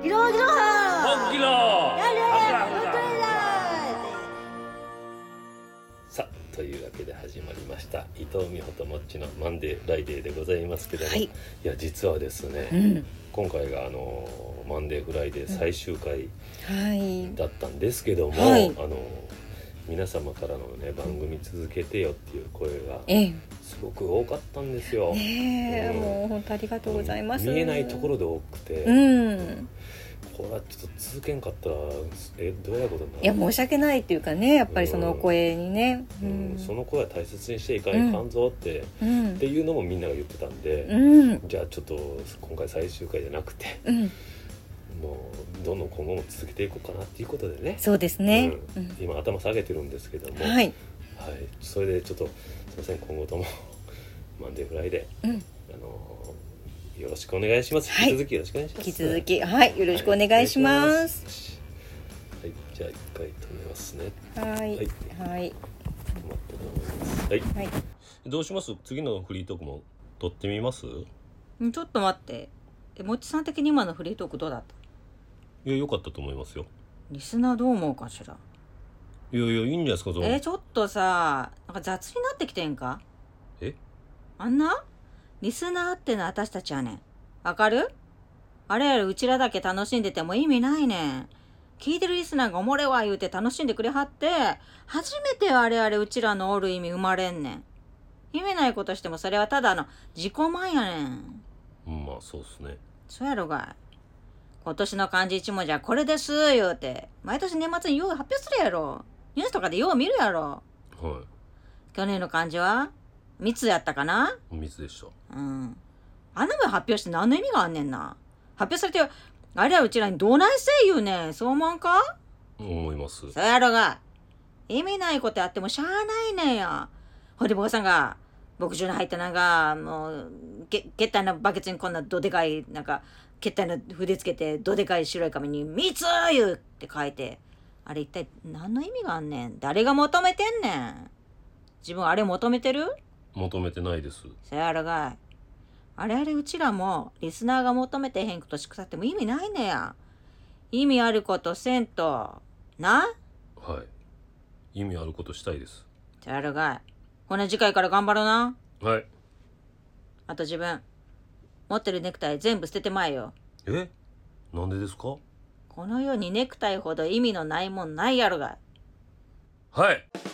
ギロギロ本気のさあ、というわけで始まりました伊藤美穂ともっちのマンデーライデーでございますけども、 はい、 いや実はですね、今回がマンデーフライデー最終回だったんですけども、皆様からのね番組続けてよっていう声がすごく多かったんですよ。 もう本当ありがとうございます。 見えないところで多くて、これはちょっと続けんかったらどういうことになる？ いや申し訳ないっていうかね、やっぱりそのお声にね、 その声は大切にしていかないかんぞって、っていうのもみんなが言ってたんで、じゃあちょっと今回最終回じゃなくて、もうどんどん今後も続けていこうかなっていうことでね。 そうですね、 今頭下げてるんですけども、それでちょっとすいません、今後ともマンデーフライデー、よろしくお願いします。引き続きよろしくお願いします。 引き続きよろしくお願いします。 はい、じゃあ一回止めますね。 はい、 止まったと思います。はい、どうします？次のフリートークも撮ってみます？ ちょっと待って、もっちさん的に今のフリートークどうだった？ いや、良かったと思いますよ。 リスナーどう思うかしら？ いやいや、いいんじゃないですか。 ちょっとさ、なんか雑になってきてんか？あんなリスナーってのは私たちはねん。わかる？あれやるうちらだけ楽しんでても意味ないねん。聞いてるリスナーがおもれわ言うて楽しんでくれはって、初めてあれうちらのおる意味生まれんねん。意味ないことしてもそれはただの自己満やねん。 まあそうっすね。 そうやろがい。今年の漢字一文字はこれです言うて毎年年末によう発表するやろ。ニュースとかでよう見るやろ。去年の漢字は密やったかな？ 密でした。 あんなもん発表して何の意味があんねんな。発表されてあれはうちらにどないせい言うねん。そう思わんか？ 思います。 そうやろが。意味ないことやってもしゃあないねんや。ほいで坊さんが牧場に入ったなんかもうけったいなバケツにこんなどでかいなんかけったいな筆つけてどでかい白い紙に密言うって書いて、あれ一体何の意味があんねん。誰が求めてんねん。自分あれ求めてる？ 求めてないです。 そやろがい。あれうちらもリスナーが求めてへんことしくさっても意味ないねや。意味あることせんとな。 意味あることしたいです。 そやろがい。ほな次回から頑張ろうな。あと自分持ってるネクタイ全部捨ててまえよ。 なんでですか？ この世にネクタイほど意味のないもんないやろがい。